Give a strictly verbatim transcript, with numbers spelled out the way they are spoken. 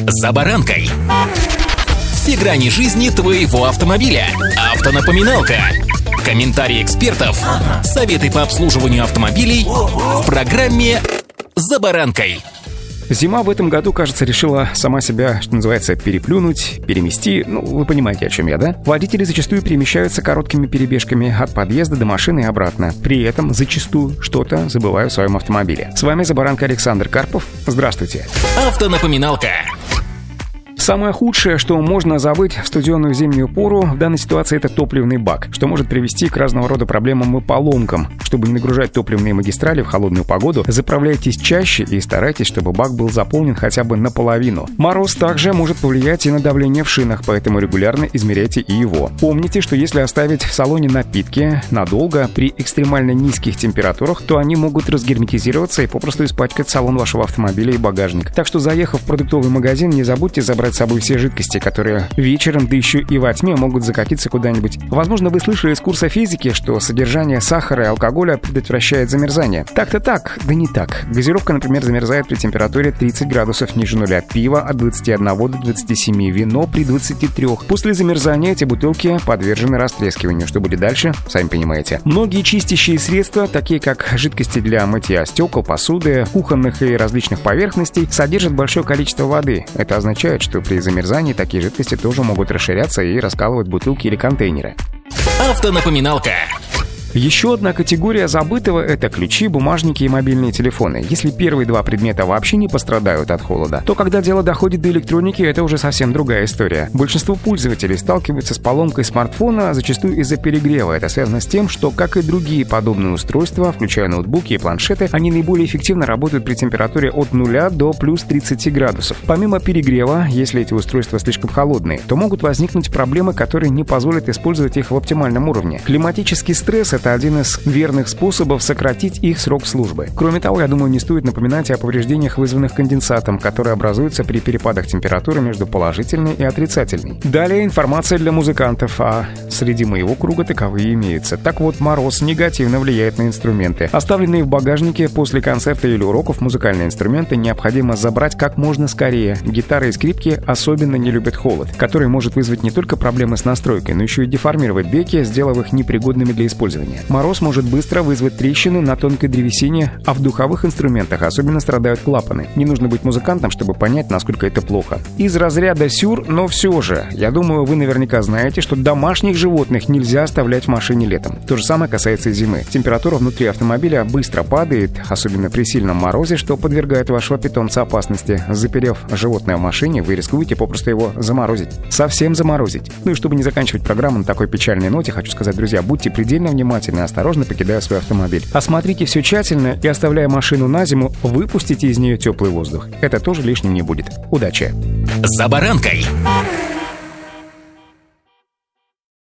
«За баранкой». Все грани жизни твоего автомобиля. Автонапоминалка. Комментарии экспертов. Советы по обслуживанию автомобилей в программе «За баранкой». Зима в этом году, кажется, решила сама себя, что называется, переплюнуть, перемести. Ну, вы понимаете, о чем я, да? Водители зачастую перемещаются короткими перебежками от подъезда до машины и обратно. При этом зачастую что-то забываю в своем автомобиле. С вами «За баранкой» Александр Карпов. Здравствуйте. Автонапоминалка. Самое худшее, что можно забыть в студеную зимнюю пору, в данной ситуации это топливный бак, что может привести к разного рода проблемам и поломкам. Чтобы не нагружать топливные магистрали в холодную погоду, заправляйтесь чаще и старайтесь, чтобы бак был заполнен хотя бы наполовину. Мороз также может повлиять и на давление в шинах, поэтому регулярно измеряйте и его. Помните, что если оставить в салоне напитки надолго при экстремально низких температурах, то они могут разгерметизироваться и попросту испачкать салон вашего автомобиля и багажник. Так что, заехав в продуктовый магазин, не забудьте забрать с собой все жидкости, которые вечером, да еще и во тьме, могут закатиться куда-нибудь. Возможно, вы слышали из курса физики, что содержание сахара и алкоголя предотвращает замерзание. Так-то так, да не так. Газировка, например, замерзает при температуре тридцать градусов ниже нуля, пиво от двадцати одного до двадцати семи, вино при двадцати трёх. После замерзания эти бутылки подвержены растрескиванию. Что будет дальше, сами понимаете. Многие чистящие средства, такие как жидкости для мытья стекол, посуды, кухонных и различных поверхностей, содержат большое количество воды. Это означает, что при замерзании такие жидкости тоже могут расширяться и раскалывать бутылки или контейнеры. Автонапоминалка. Еще одна категория забытого — это ключи, бумажники и мобильные телефоны. Если первые два предмета вообще не пострадают от холода, то когда дело доходит до электроники, это уже совсем другая история. Большинство пользователей сталкиваются с поломкой смартфона, зачастую из-за перегрева. Это связано с тем, что, как и другие подобные устройства, включая ноутбуки и планшеты, они наиболее эффективно работают при температуре от нуля до плюс тридцати градусов. Помимо перегрева, если эти устройства слишком холодные, то могут возникнуть проблемы, которые не позволят использовать их в оптимальном уровне. Климатический стресс — это один из верных способов сократить их срок службы. Кроме того, я думаю, не стоит напоминать о повреждениях, вызванных конденсатом, которые образуются при перепадах температуры между положительной и отрицательной. Далее информация для музыкантов, а среди моего круга таковые имеются. Так вот, мороз негативно влияет на инструменты. Оставленные в багажнике после концерта или уроков музыкальные инструменты необходимо забрать как можно скорее. Гитары и скрипки особенно не любят холод, который может вызвать не только проблемы с настройкой, но еще и деформировать деки, сделав их непригодными для использования. Мороз может быстро вызвать трещины на тонкой древесине, а в духовых инструментах особенно страдают клапаны. Не нужно быть музыкантом, чтобы понять, насколько это плохо. Из разряда сюр, но все же, я думаю, вы наверняка знаете, что домашних животных нельзя оставлять в машине летом. То же самое касается и зимы. Температура внутри автомобиля быстро падает, особенно при сильном морозе, что подвергает вашего питомца опасности. Заперев животное в машине, вы рискуете попросту его заморозить. Совсем заморозить. Ну и чтобы не заканчивать программу на такой печальной ноте, хочу сказать, друзья, будьте предельно внимательны и осторожно покидая свой автомобиль. Осмотрите все тщательно и, оставляя машину на зиму, выпустите из нее теплый воздух. Это тоже лишним не будет. Удачи! «За баранкой».